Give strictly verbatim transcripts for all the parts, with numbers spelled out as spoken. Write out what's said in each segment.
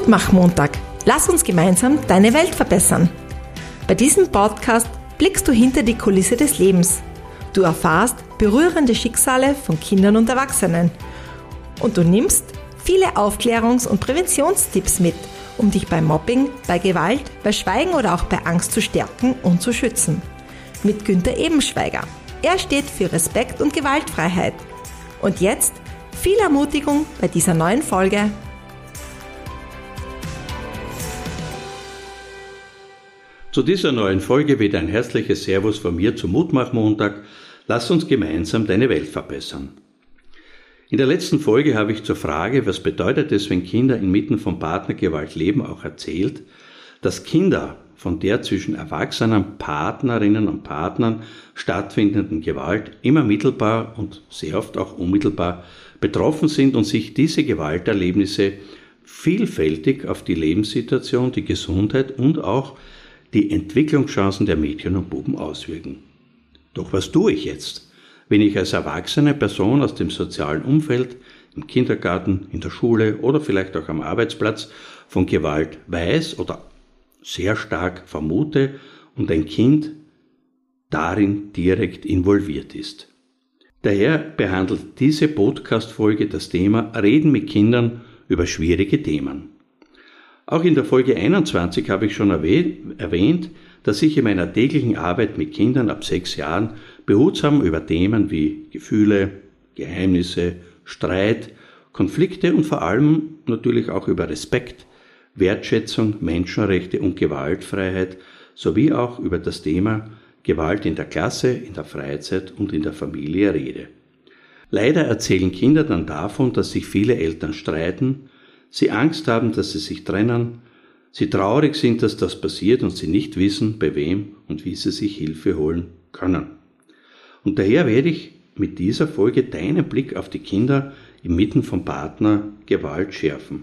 Mutmach-Montag. Lass uns gemeinsam deine Welt verbessern. Bei diesem Podcast blickst du hinter die Kulisse des Lebens. Du erfährst berührende Schicksale von Kindern und Erwachsenen. Und du nimmst viele Aufklärungs- und Präventionstipps mit, um dich bei Mobbing, bei Gewalt, bei Schweigen oder auch bei Angst zu stärken und zu schützen. Mit Günther Ebenschweiger. Er steht für Respekt und Gewaltfreiheit. Und jetzt viel Ermutigung bei dieser neuen Folge. Zu dieser neuen Folge wieder ein herzliches Servus von mir zum Mutmach-Montag. Lass uns gemeinsam deine Welt verbessern. In der letzten Folge habe ich zur Frage, was bedeutet es, wenn Kinder inmitten von Partnergewalt leben, auch erzählt, dass Kinder von der zwischen erwachsenen Partnerinnen und Partnern stattfindenden Gewalt immer mittelbar und sehr oft auch unmittelbar betroffen sind und sich diese Gewalterlebnisse vielfältig auf die Lebenssituation, die Gesundheit und auch die Entwicklungschancen der Mädchen und Buben auswirken. Doch was tue ich jetzt, wenn ich als erwachsene Person aus dem sozialen Umfeld, im Kindergarten, in der Schule oder vielleicht auch am Arbeitsplatz von Gewalt weiß oder sehr stark vermute und ein Kind darin direkt involviert ist? Daher behandelt diese Podcast-Folge das Thema Reden mit Kindern über schwierige Themen. Auch in der Folge einundzwanzig habe ich schon erwähnt, dass ich in meiner täglichen Arbeit mit Kindern ab sechs Jahren behutsam über Themen wie Gefühle, Geheimnisse, Streit, Konflikte und vor allem natürlich auch über Respekt, Wertschätzung, Menschenrechte und Gewaltfreiheit sowie auch über das Thema Gewalt in der Klasse, in der Freizeit und in der Familie rede. Leider erzählen Kinder dann davon, dass sich viele Eltern streiten, sie Angst haben, dass sie sich trennen, sie traurig sind, dass das passiert und sie nicht wissen, bei wem und wie sie sich Hilfe holen können. Und daher werde ich mit dieser Folge deinen Blick auf die Kinder inmitten von Partnergewalt schärfen.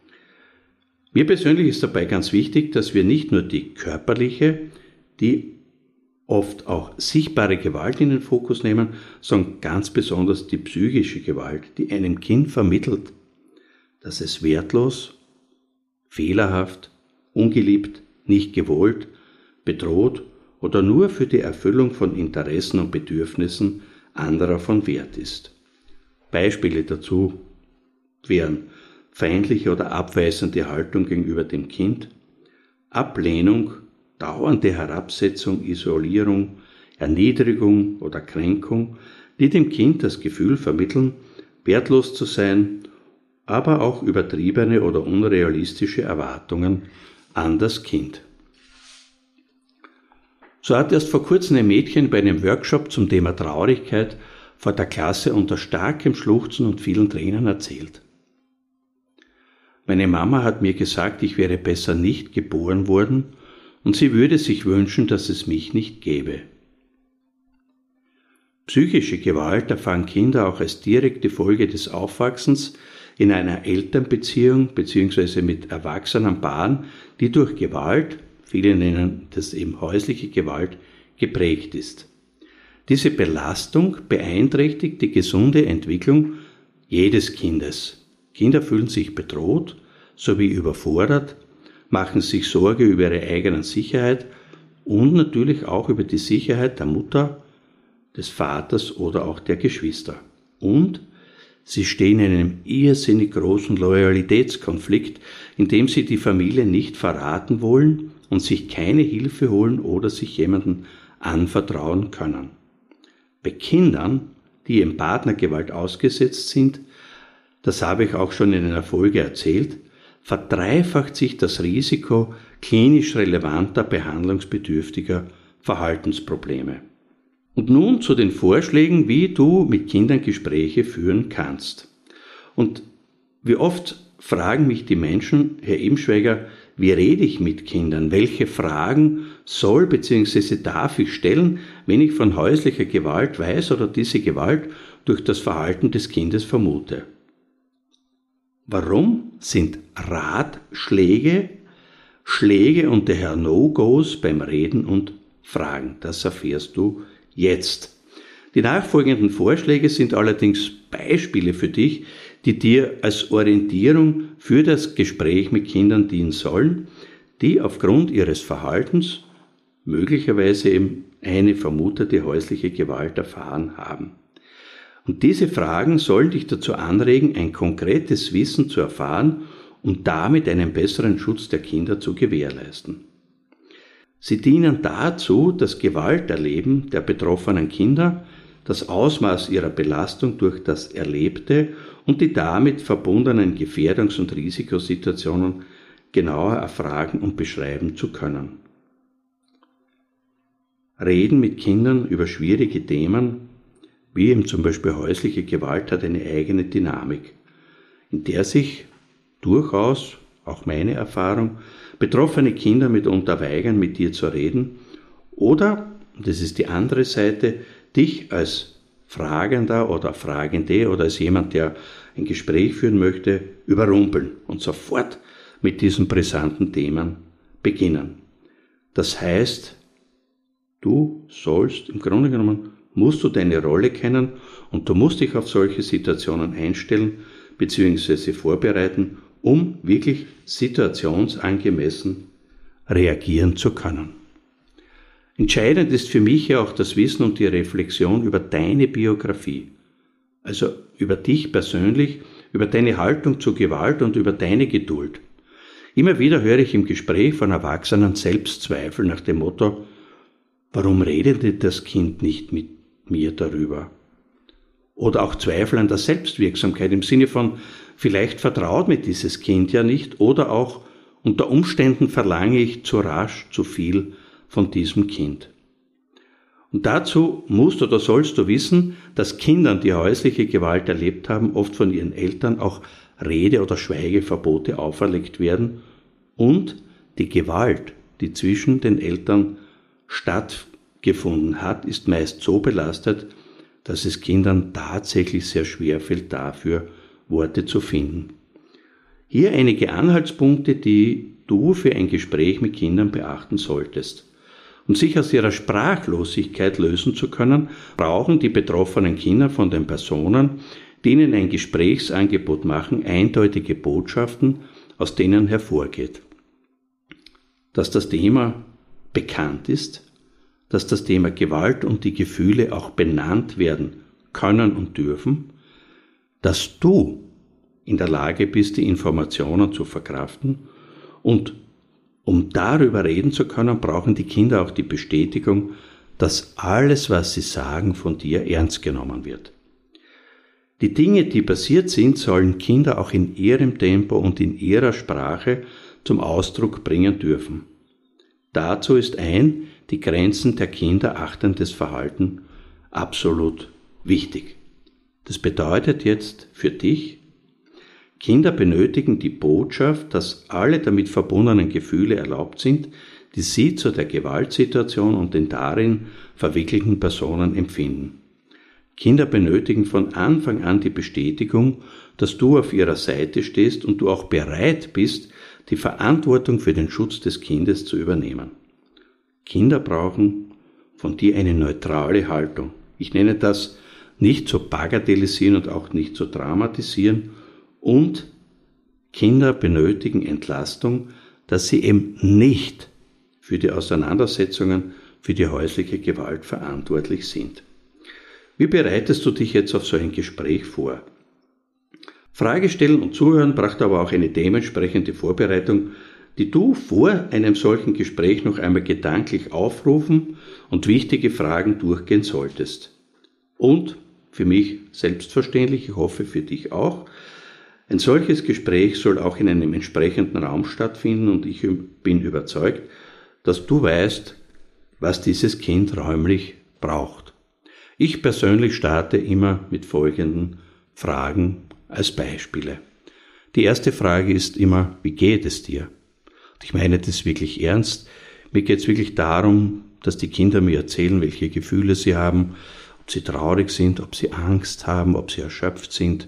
Mir persönlich ist dabei ganz wichtig, dass wir nicht nur die körperliche, die oft auch sichtbare Gewalt in den Fokus nehmen, sondern ganz besonders die psychische Gewalt, die einem Kind vermittelt, dass es wertlos, fehlerhaft, ungeliebt, nicht gewollt, bedroht oder nur für die Erfüllung von Interessen und Bedürfnissen anderer von Wert ist. Beispiele dazu wären feindliche oder abweisende Haltung gegenüber dem Kind, Ablehnung, dauernde Herabsetzung, Isolierung, Erniedrigung oder Kränkung, die dem Kind das Gefühl vermitteln, wertlos zu sein, aber auch übertriebene oder unrealistische Erwartungen an das Kind. So hat erst vor kurzem ein Mädchen bei einem Workshop zum Thema Traurigkeit vor der Klasse unter starkem Schluchzen und vielen Tränen erzählt. Meine Mama hat mir gesagt, ich wäre besser nicht geboren worden und sie würde sich wünschen, dass es mich nicht gäbe. Psychische Gewalt erfahren Kinder auch als direkte Folge des Aufwachsens in einer Elternbeziehung bzw. mit erwachsenen Paaren, die durch Gewalt, viele nennen das eben häusliche Gewalt, geprägt ist. Diese Belastung beeinträchtigt die gesunde Entwicklung jedes Kindes. Kinder fühlen sich bedroht sowie überfordert, machen sich Sorge über ihre eigene Sicherheit und natürlich auch über die Sicherheit der Mutter, des Vaters oder auch der Geschwister. Und sie stehen in einem irrsinnig großen Loyalitätskonflikt, in dem sie die Familie nicht verraten wollen und sich keine Hilfe holen oder sich jemandem anvertrauen können. Bei Kindern, die in Partnergewalt ausgesetzt sind, das habe ich auch schon in einer Folge erzählt, verdreifacht sich das Risiko klinisch relevanter, behandlungsbedürftiger Verhaltensprobleme. Und nun zu den Vorschlägen, wie du mit Kindern Gespräche führen kannst. Und wie oft fragen mich die Menschen, Herr Ebenschweiger, wie rede ich mit Kindern? Welche Fragen soll bzw. darf ich stellen, wenn ich von häuslicher Gewalt weiß oder diese Gewalt durch das Verhalten des Kindes vermute? Warum sind Ratschläge, Schläge und daher No-Gos beim Reden und Fragen? Das erfährst du jetzt. Die nachfolgenden Vorschläge sind allerdings Beispiele für dich, die dir als Orientierung für das Gespräch mit Kindern dienen sollen, die aufgrund ihres Verhaltens möglicherweise eben eine vermutete häusliche Gewalt erfahren haben. Und diese Fragen sollen dich dazu anregen, ein konkretes Wissen zu erfahren und damit einen besseren Schutz der Kinder zu gewährleisten. Sie dienen dazu, das Gewalterleben der betroffenen Kinder, das Ausmaß ihrer Belastung durch das Erlebte und die damit verbundenen Gefährdungs- und Risikosituationen genauer erfragen und beschreiben zu können. Reden mit Kindern über schwierige Themen, wie eben zum Beispiel häusliche Gewalt, hat eine eigene Dynamik, in der sich durchaus, auch meine Erfahrung, betroffene Kinder mitunter weigern, mit dir zu reden oder, und das ist die andere Seite, dich als Fragender oder Fragende oder als jemand, der ein Gespräch führen möchte, überrumpeln und sofort mit diesen brisanten Themen beginnen. Das heißt, du sollst, im Grunde genommen, musst du deine Rolle kennen und du musst dich auf solche Situationen einstellen bzw. vorbereiten, um wirklich situationsangemessen reagieren zu können. Entscheidend ist für mich ja auch das Wissen und die Reflexion über deine Biografie, also über dich persönlich, über deine Haltung zu Gewalt und über deine Geduld. Immer wieder höre ich im Gespräch von Erwachsenen Selbstzweifel nach dem Motto: Warum redet denn das Kind nicht mit mir darüber? Oder auch Zweifel an der Selbstwirksamkeit im Sinne von, vielleicht vertraut mir dieses Kind ja nicht, oder auch unter Umständen verlange ich zu rasch zu viel von diesem Kind. Und dazu musst oder sollst du wissen, dass Kindern, die häusliche Gewalt erlebt haben, oft von ihren Eltern auch Rede- oder Schweigeverbote auferlegt werden und die Gewalt, die zwischen den Eltern stattgefunden hat, ist meist so belastet, dass es Kindern tatsächlich sehr schwer fällt, dafür Worte zu finden. Hier einige Anhaltspunkte, die du für ein Gespräch mit Kindern beachten solltest. Um sich aus ihrer Sprachlosigkeit lösen zu können, brauchen die betroffenen Kinder von den Personen, die ihnen ein Gesprächsangebot machen, eindeutige Botschaften, aus denen hervorgeht, dass das Thema bekannt ist, dass das Thema Gewalt und die Gefühle auch benannt werden können und dürfen, dass du in der Lage bist, die Informationen zu verkraften, und um darüber reden zu können, brauchen die Kinder auch die Bestätigung, dass alles, was sie sagen, von dir ernst genommen wird. Die Dinge, die passiert sind, sollen Kinder auch in ihrem Tempo und in ihrer Sprache zum Ausdruck bringen dürfen. Dazu ist ein die Grenzen der Kinder achtendes Verhalten absolut wichtig. Das bedeutet jetzt für dich, Kinder benötigen die Botschaft, dass alle damit verbundenen Gefühle erlaubt sind, die sie zu der Gewaltsituation und den darin verwickelten Personen empfinden. Kinder benötigen von Anfang an die Bestätigung, dass du auf ihrer Seite stehst und du auch bereit bist, die Verantwortung für den Schutz des Kindes zu übernehmen. Kinder brauchen von dir eine neutrale Haltung. Ich nenne das nicht zu bagatellisieren und auch nicht zu dramatisieren. Und Kinder benötigen Entlastung, dass sie eben nicht für die Auseinandersetzungen, für die häusliche Gewalt verantwortlich sind. Wie bereitest du dich jetzt auf so ein Gespräch vor? Frage stellen und zuhören braucht aber auch eine dementsprechende Vorbereitung, die du vor einem solchen Gespräch noch einmal gedanklich aufrufen und wichtige Fragen durchgehen solltest. Und für mich selbstverständlich, ich hoffe für dich auch, ein solches Gespräch soll auch in einem entsprechenden Raum stattfinden und ich bin überzeugt, dass du weißt, was dieses Kind räumlich braucht. Ich persönlich starte immer mit folgenden Fragen als Beispiele. Die erste Frage ist immer, wie geht es dir? Und ich meine das wirklich ernst. Mir geht es wirklich darum, dass die Kinder mir erzählen, welche Gefühle sie haben, ob sie traurig sind, ob sie Angst haben, ob sie erschöpft sind,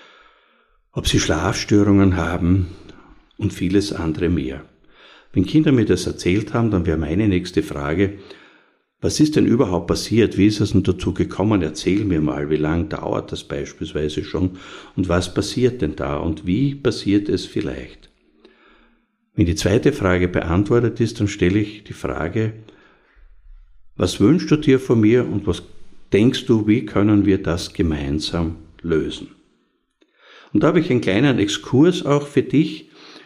ob sie Schlafstörungen haben und vieles andere mehr. Wenn Kinder mir das erzählt haben, dann wäre meine nächste Frage, Was ist denn überhaupt passiert? Wie ist es denn dazu gekommen? Erzähl mir mal, wie lange dauert das beispielsweise schon und was passiert denn da und wie passiert es vielleicht? Wenn die zweite Frage beantwortet ist, dann stelle ich die Frage, was wünschst du dir von mir und was denkst du, wie können wir das gemeinsam lösen? Und da habe ich einen kleinen Exkurs auch für dich.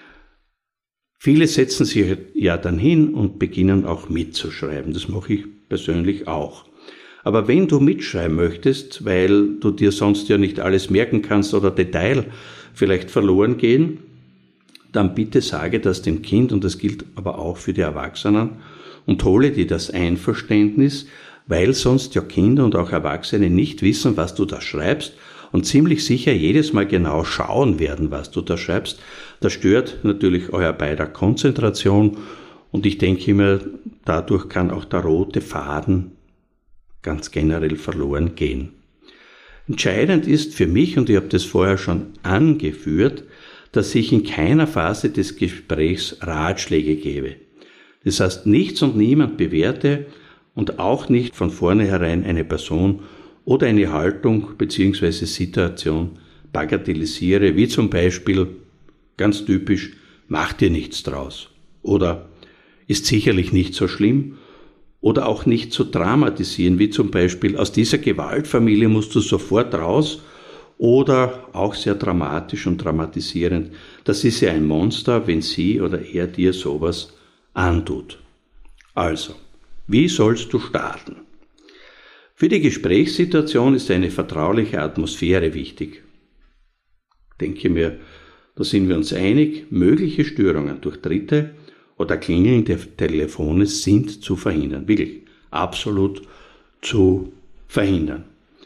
Viele setzen sich ja dann hin und beginnen auch mitzuschreiben. Das mache ich persönlich auch. Aber wenn du mitschreiben möchtest, weil du dir sonst ja nicht alles merken kannst oder Detail vielleicht verloren gehen, dann bitte sage das dem Kind, und das gilt aber auch für die Erwachsenen, und hole dir das Einverständnis, weil sonst ja Kinder und auch Erwachsene nicht wissen, was du da schreibst und ziemlich sicher jedes Mal genau schauen werden, was du da schreibst. Das stört natürlich euer beider Konzentration und ich denke immer, dadurch kann auch der rote Faden ganz generell verloren gehen. Entscheidend ist für mich, und ich habe das vorher schon angeführt, dass ich in keiner Phase des Gesprächs Ratschläge gebe. Das heißt, nichts und niemand bewerte und auch nicht von vornherein eine Person oder eine Haltung bzw. Situation bagatellisiere, wie zum Beispiel, ganz typisch, mach dir nichts draus oder ist sicherlich nicht so schlimm oder auch nicht zu dramatisieren, wie zum Beispiel, aus dieser Gewaltfamilie musst du sofort raus oder auch sehr dramatisch und dramatisierend, das ist ja ein Monster, wenn sie oder er dir sowas antut. Also, wie sollst du starten? Für die Gesprächssituation ist eine vertrauliche Atmosphäre wichtig. Denke mir, da sind wir uns einig, mögliche Störungen durch Dritte oder Klingeln der Telefone sind zu verhindern. Wirklich, absolut zu verhindern.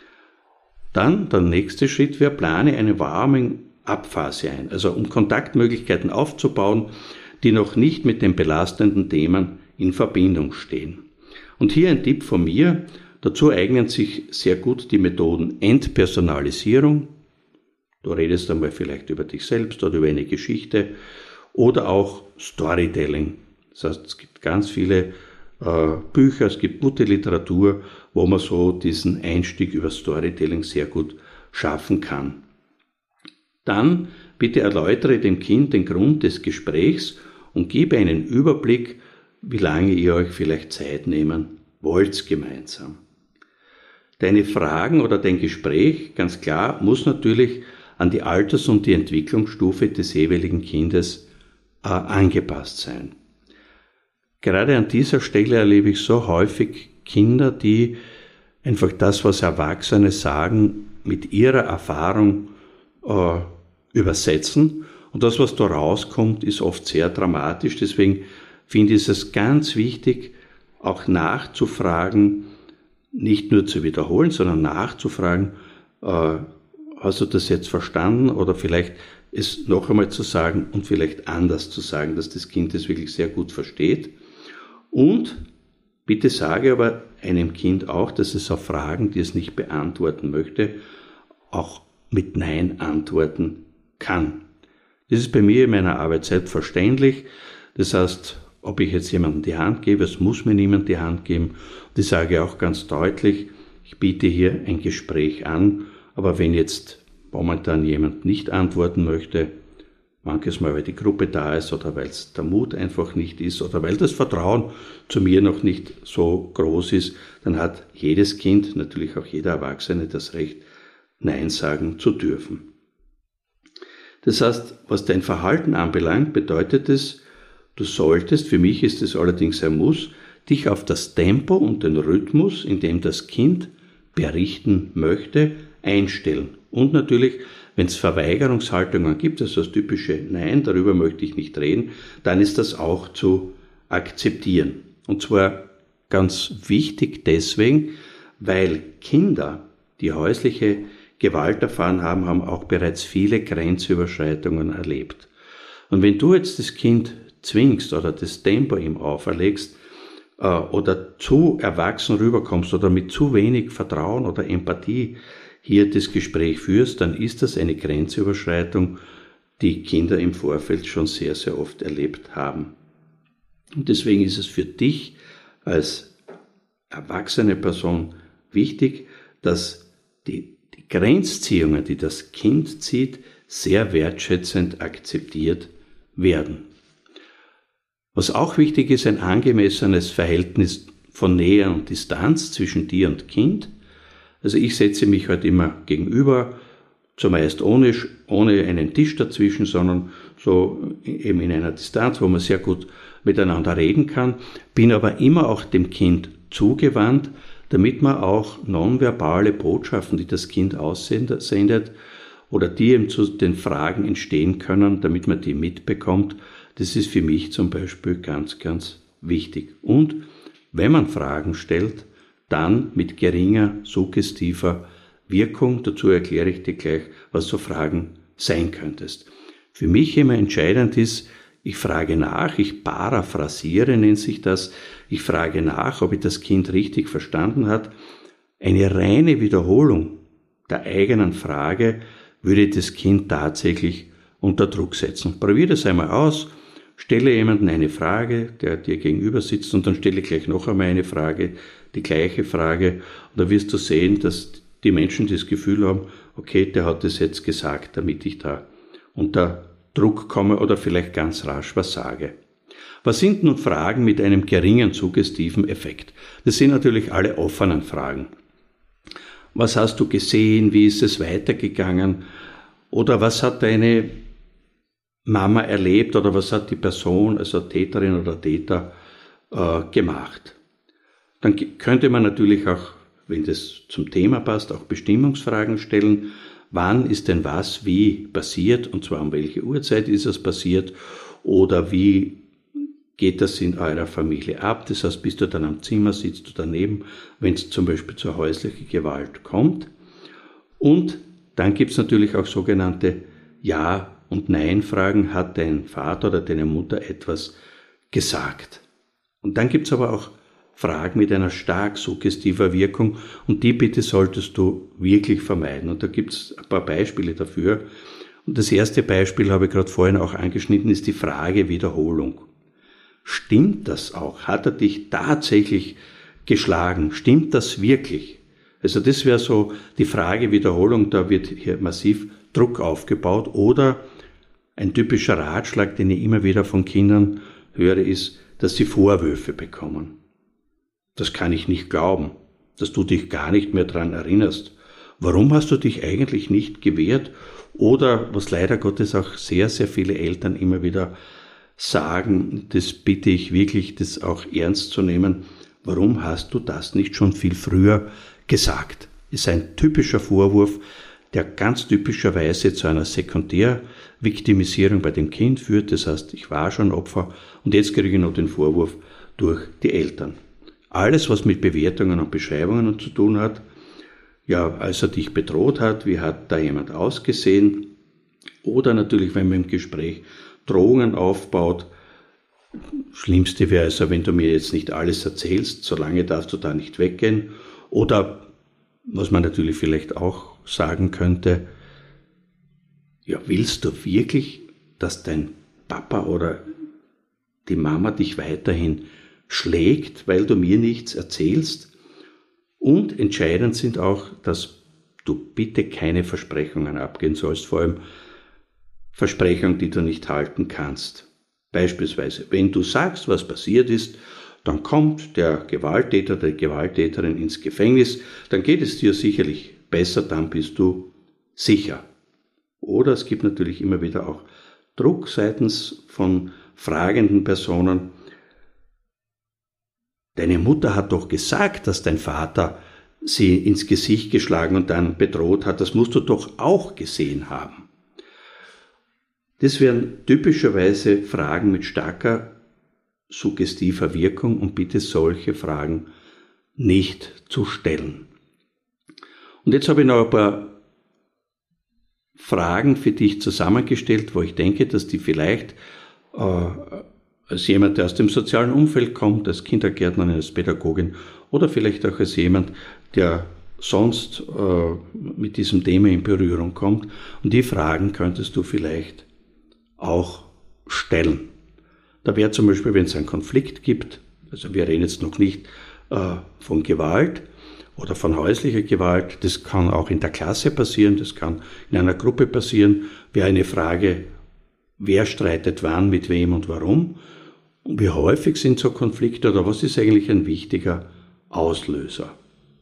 Dann, der nächste Schritt wäre, plane eine Warming-up-Phase ein, also um Kontaktmöglichkeiten aufzubauen, die noch nicht mit den belastenden Themen in Verbindung stehen. Und hier ein Tipp von mir, dazu eignen sich sehr gut die Methoden Entpersonalisierung, du redest einmal vielleicht über dich selbst oder über eine Geschichte, oder auch Storytelling. Das heißt, es gibt ganz viele äh, Bücher, es gibt gute Literatur, wo man so diesen Einstieg über Storytelling sehr gut schaffen kann. Dann bitte erläutere dem Kind den Grund des Gesprächs und gebe einen Überblick, wie lange ihr euch vielleicht Zeit nehmen wollt gemeinsam. Deine Fragen oder dein Gespräch, ganz klar, muss natürlich an die Alters- und die Entwicklungsstufe des jeweiligen Kindes äh, angepasst sein. Gerade an dieser Stelle erlebe ich so häufig Kinder, die einfach das, was Erwachsene sagen, mit ihrer Erfahrung äh, übersetzen. Und das, was da rauskommt, ist oft sehr dramatisch. Deswegen finde ich es ganz wichtig, auch nachzufragen, nicht nur zu wiederholen, sondern nachzufragen, äh, hast du das jetzt verstanden oder vielleicht es noch einmal zu sagen und vielleicht anders zu sagen, dass das Kind das wirklich sehr gut versteht. Und bitte sage aber einem Kind auch, dass es auf Fragen, die es nicht beantworten möchte, auch mit Nein antworten kann. Das ist bei mir in meiner Arbeit selbstverständlich. Das heißt, ob ich jetzt jemandem die Hand gebe, es muss mir niemand die Hand geben. Und ich sage auch ganz deutlich, ich biete hier ein Gespräch an, aber wenn jetzt momentan jemand nicht antworten möchte, manches Mal, weil die Gruppe da ist oder weil es der Mut einfach nicht ist oder weil das Vertrauen zu mir noch nicht so groß ist, dann hat jedes Kind, natürlich auch jeder Erwachsene, das Recht, Nein sagen zu dürfen. Das heißt, was dein Verhalten anbelangt, bedeutet es, du solltest, für mich ist es allerdings ein Muss, dich auf das Tempo und den Rhythmus, in dem das Kind berichten möchte, einstellen. Und natürlich, wenn es Verweigerungshaltungen gibt, also das typische Nein, darüber möchte ich nicht reden, dann ist das auch zu akzeptieren. Und zwar ganz wichtig deswegen, weil Kinder, die häusliche Gewalt erfahren haben, haben auch bereits viele Grenzüberschreitungen erlebt. Und wenn du jetzt das Kind zwingst oder das Tempo ihm auferlegst äh, oder zu erwachsen rüberkommst oder mit zu wenig Vertrauen oder Empathie hier das Gespräch führst, dann ist das eine Grenzüberschreitung, die Kinder im Vorfeld schon sehr, sehr oft erlebt haben. Und deswegen ist es für dich als erwachsene Person wichtig, dass die, die Grenzziehungen, die das Kind zieht, sehr wertschätzend akzeptiert werden. Was auch wichtig ist, ein angemessenes Verhältnis von Nähe und Distanz zwischen dir und Kind. Also ich setze mich halt immer gegenüber, zumeist ohne, ohne einen Tisch dazwischen, sondern so eben in einer Distanz, wo man sehr gut miteinander reden kann, bin aber immer auch dem Kind zugewandt, damit man auch nonverbale Botschaften, die das Kind aussendet oder die eben zu den Fragen entstehen können, damit man die mitbekommt. Das ist für mich zum Beispiel ganz, ganz wichtig. Und wenn man Fragen stellt, dann mit geringer, suggestiver Wirkung. Dazu erkläre ich dir gleich, was so Fragen sein könntest. Für mich immer entscheidend ist, ich frage nach, ich paraphrasiere, nennt sich das. Ich frage nach, ob ich das Kind richtig verstanden hat. Eine reine Wiederholung der eigenen Frage würde das Kind tatsächlich unter Druck setzen. Probier das einmal aus, stelle jemandem eine Frage, der dir gegenüber sitzt, und dann stelle gleich noch einmal eine Frage, die gleiche Frage, und da wirst du sehen, dass die Menschen das Gefühl haben, okay, der hat das jetzt gesagt, damit ich da unter Druck komme oder vielleicht ganz rasch was sage. Was sind nun Fragen mit einem geringen suggestiven Effekt? Das sind natürlich alle offenen Fragen. Was hast du gesehen? Wie ist es weitergegangen? Oder was hat deine Mama erlebt? Oder was hat die Person, also Täterin oder Täter, äh, gemacht? Dann könnte man natürlich auch, wenn das zum Thema passt, auch Bestimmungsfragen stellen. Wann ist denn was wie passiert, und zwar um welche Uhrzeit ist es passiert, oder wie geht das in eurer Familie ab? Das heißt, bist du dann am Zimmer, sitzt du daneben, wenn es zum Beispiel zur häuslichen Gewalt kommt. Und dann gibt es natürlich auch sogenannte Ja- und Nein-Fragen. Hat dein Vater oder deine Mutter etwas gesagt? Und dann gibt es aber auch Fragen mit einer stark suggestiver Wirkung, und die bitte solltest du wirklich vermeiden. Und da gibt es ein paar Beispiele dafür. Und das erste Beispiel habe ich gerade vorhin auch angeschnitten, ist die Frage Wiederholung. Stimmt das auch? Hat er dich tatsächlich geschlagen? Stimmt das wirklich? Also das wäre so die Frage Wiederholung, da wird hier massiv Druck aufgebaut. Oder ein typischer Ratschlag, den ich immer wieder von Kindern höre, ist, dass sie Vorwürfe bekommen. Das kann ich nicht glauben, dass du dich gar nicht mehr daran erinnerst. Warum hast du dich eigentlich nicht gewehrt? Oder, was leider Gottes auch sehr, sehr viele Eltern immer wieder sagen, das bitte ich wirklich, das auch ernst zu nehmen, warum hast du das nicht schon viel früher gesagt? Ist ein typischer Vorwurf, der ganz typischerweise zu einer Sekundärviktimisierung bei dem Kind führt. Das heißt, ich war schon Opfer und jetzt kriege ich noch den Vorwurf durch die Eltern. Alles, was mit Bewertungen und Beschreibungen zu tun hat, ja, als er dich bedroht hat, wie hat da jemand ausgesehen, oder natürlich, wenn man im Gespräch Drohungen aufbaut. Schlimmste wäre also, wenn du mir jetzt nicht alles erzählst, solange darfst du da nicht weggehen. Oder, was man natürlich vielleicht auch sagen könnte, ja, willst du wirklich, dass dein Papa oder die Mama dich weiterhin schlägt, weil du mir nichts erzählst? Und entscheidend sind auch, dass du bitte keine Versprechungen abgeben sollst, vor allem Versprechungen, die du nicht halten kannst. Beispielsweise, wenn du sagst, was passiert ist, dann kommt der Gewalttäter, die Gewalttäterin ins Gefängnis, dann geht es dir sicherlich besser, dann bist du sicher. Oder es gibt natürlich immer wieder auch Druck seitens von fragenden Personen. Deine Mutter hat doch gesagt, dass dein Vater sie ins Gesicht geschlagen und dann bedroht hat. Das musst du doch auch gesehen haben. Das wären typischerweise Fragen mit starker suggestiver Wirkung, und bitte solche Fragen nicht zu stellen. Und jetzt habe ich noch ein paar Fragen für dich zusammengestellt, wo ich denke, dass die vielleicht äh, als jemand, der aus dem sozialen Umfeld kommt, als Kindergärtnerin, als Pädagogin oder vielleicht auch als jemand, der sonst äh, mit diesem Thema in Berührung kommt. Und die Fragen könntest du vielleicht auch stellen. Da wäre zum Beispiel, wenn es einen Konflikt gibt, also wir reden jetzt noch nicht äh, von Gewalt oder von häuslicher Gewalt. Das kann auch in der Klasse passieren, das kann in einer Gruppe passieren. Wäre eine Frage, wer streitet wann, mit wem und warum? Und wie häufig sind so Konflikte oder was ist eigentlich ein wichtiger Auslöser?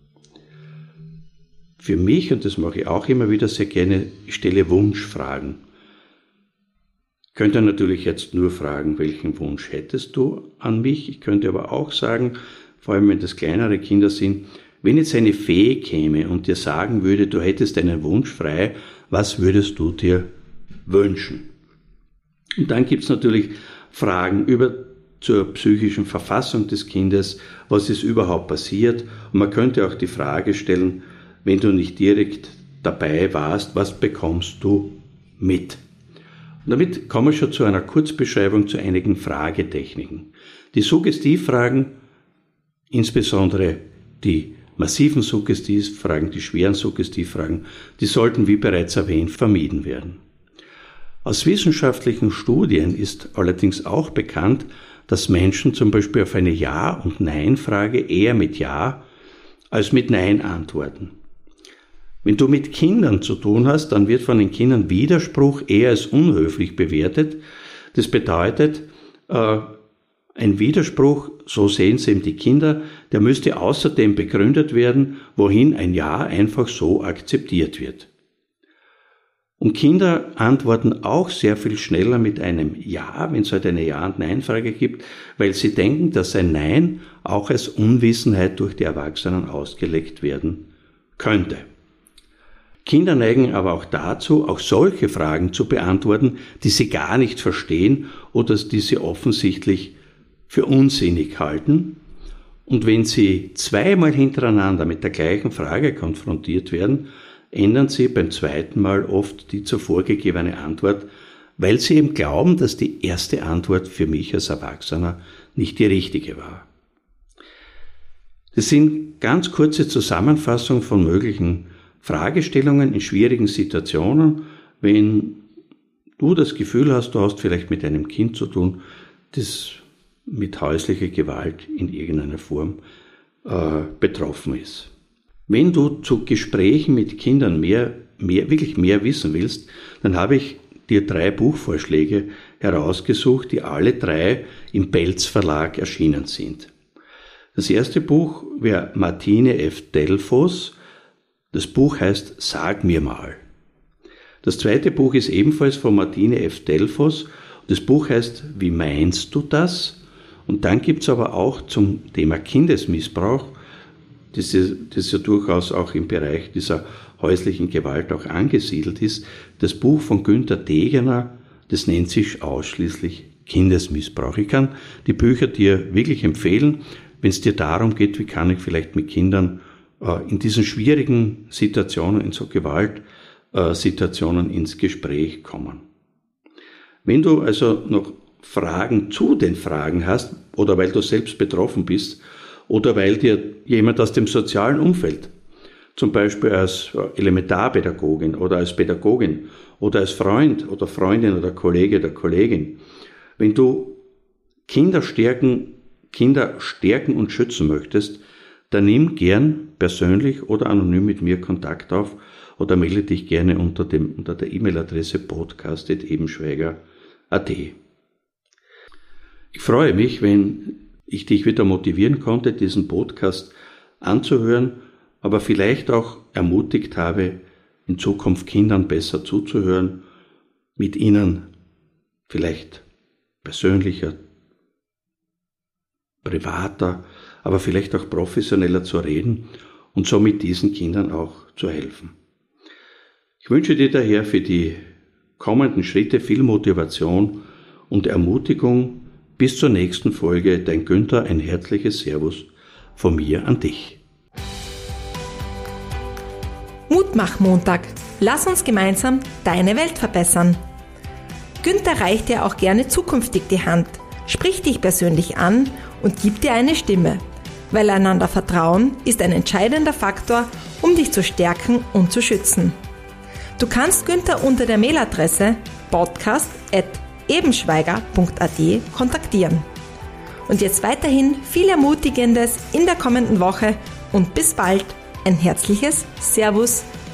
Für mich, und das mache ich auch immer wieder sehr gerne, ich stelle Wunschfragen. Ich könnte natürlich jetzt nur fragen, welchen Wunsch hättest du an mich? Ich könnte aber auch sagen, vor allem wenn das kleinere Kinder sind, wenn jetzt eine Fee käme und dir sagen würde, du hättest einen Wunsch frei, was würdest du dir wünschen? Und dann gibt es natürlich Fragen über zur psychischen Verfassung des Kindes, was ist überhaupt passiert? Und man könnte auch die Frage stellen, wenn du nicht direkt dabei warst, was bekommst du mit? Und damit kommen wir schon zu einer Kurzbeschreibung zu einigen Fragetechniken. Die Suggestivfragen, insbesondere die massiven Suggestivfragen, die schweren Suggestivfragen, die sollten, wie bereits erwähnt, vermieden werden. Aus wissenschaftlichen Studien ist allerdings auch bekannt, dass Menschen zum Beispiel auf eine Ja- und Nein-Frage eher mit Ja als mit Nein antworten. Wenn du mit Kindern zu tun hast, dann wird von den Kindern Widerspruch eher als unhöflich bewertet. Das bedeutet, äh, ein Widerspruch, so sehen es eben die Kinder, der müsste außerdem begründet werden, wohin ein Ja einfach so akzeptiert wird. Und Kinder antworten auch sehr viel schneller mit einem Ja, wenn es halt eine Ja- und Nein-Frage gibt, weil sie denken, dass ein Nein auch als Unwissenheit durch die Erwachsenen ausgelegt werden könnte. Kinder neigen aber auch dazu, auch solche Fragen zu beantworten, die sie gar nicht verstehen oder die sie offensichtlich für unsinnig halten. Und wenn sie zweimal hintereinander mit der gleichen Frage konfrontiert werden, ändern sie beim zweiten Mal oft die zuvor gegebene Antwort, weil sie eben glauben, dass die erste Antwort für mich als Erwachsener nicht die richtige war. Das sind ganz kurze Zusammenfassungen von möglichen Fragestellungen in schwierigen Situationen, wenn du das Gefühl hast, du hast vielleicht mit einem Kind zu tun, das mit häuslicher Gewalt in irgendeiner Form äh, betroffen ist. Wenn du zu Gesprächen mit Kindern mehr, mehr, wirklich mehr wissen willst, dann habe ich dir drei Buchvorschläge herausgesucht, die alle drei im Belz Verlag erschienen sind. Das erste Buch wäre Martine F. Delfos. Das Buch heißt Sag mir mal. Das zweite Buch ist ebenfalls von Martine F. Delfos. Das Buch heißt Wie meinst du das? Und dann gibt es aber auch zum Thema Kindesmissbrauch, das ja, das ja durchaus auch im Bereich dieser häuslichen Gewalt auch angesiedelt ist, das Buch von Günther Degener, das nennt sich ausschließlich Kindesmissbrauch. Ich kann die Bücher dir wirklich empfehlen, wenn es dir darum geht, wie kann ich vielleicht mit Kindern äh, in diesen schwierigen Situationen, in so Gewaltsituationen äh, ins Gespräch kommen. Wenn du also noch Fragen zu den Fragen hast oder weil du selbst betroffen bist oder weil dir jemand aus dem sozialen Umfeld, zum Beispiel als Elementarpädagogin oder als Pädagogin oder als Freund oder Freundin oder Kollege oder Kollegin, wenn du Kinder stärken, Kinder stärken und schützen möchtest, dann nimm gern persönlich oder anonym mit mir Kontakt auf oder melde dich gerne unter, dem, unter der E-Mail-Adresse podcast at ebenschweiger punkt at. Ich freue mich, wenn ich dich wieder motivieren konnte, diesen Podcast anzuhören, aber vielleicht auch ermutigt habe, in Zukunft Kindern besser zuzuhören, mit ihnen vielleicht persönlicher, privater, aber vielleicht auch professioneller zu reden und somit diesen Kindern auch zu helfen. Ich wünsche dir daher für die kommenden Schritte viel Motivation und Ermutigung. Bis zur nächsten Folge, dein Günther, ein herzliches Servus von mir an dich. Mutmach-Montag. Lass uns gemeinsam deine Welt verbessern. Günther reicht dir auch gerne zukünftig die Hand, spricht dich persönlich an und gibt dir eine Stimme, weil einander Vertrauen ist ein entscheidender Faktor, um dich zu stärken und zu schützen. Du kannst Günther unter der Mailadresse podcast at ebenschweiger punkt at kontaktieren. Und jetzt weiterhin viel Ermutigendes in der kommenden Woche und bis bald. Ein herzliches Servus,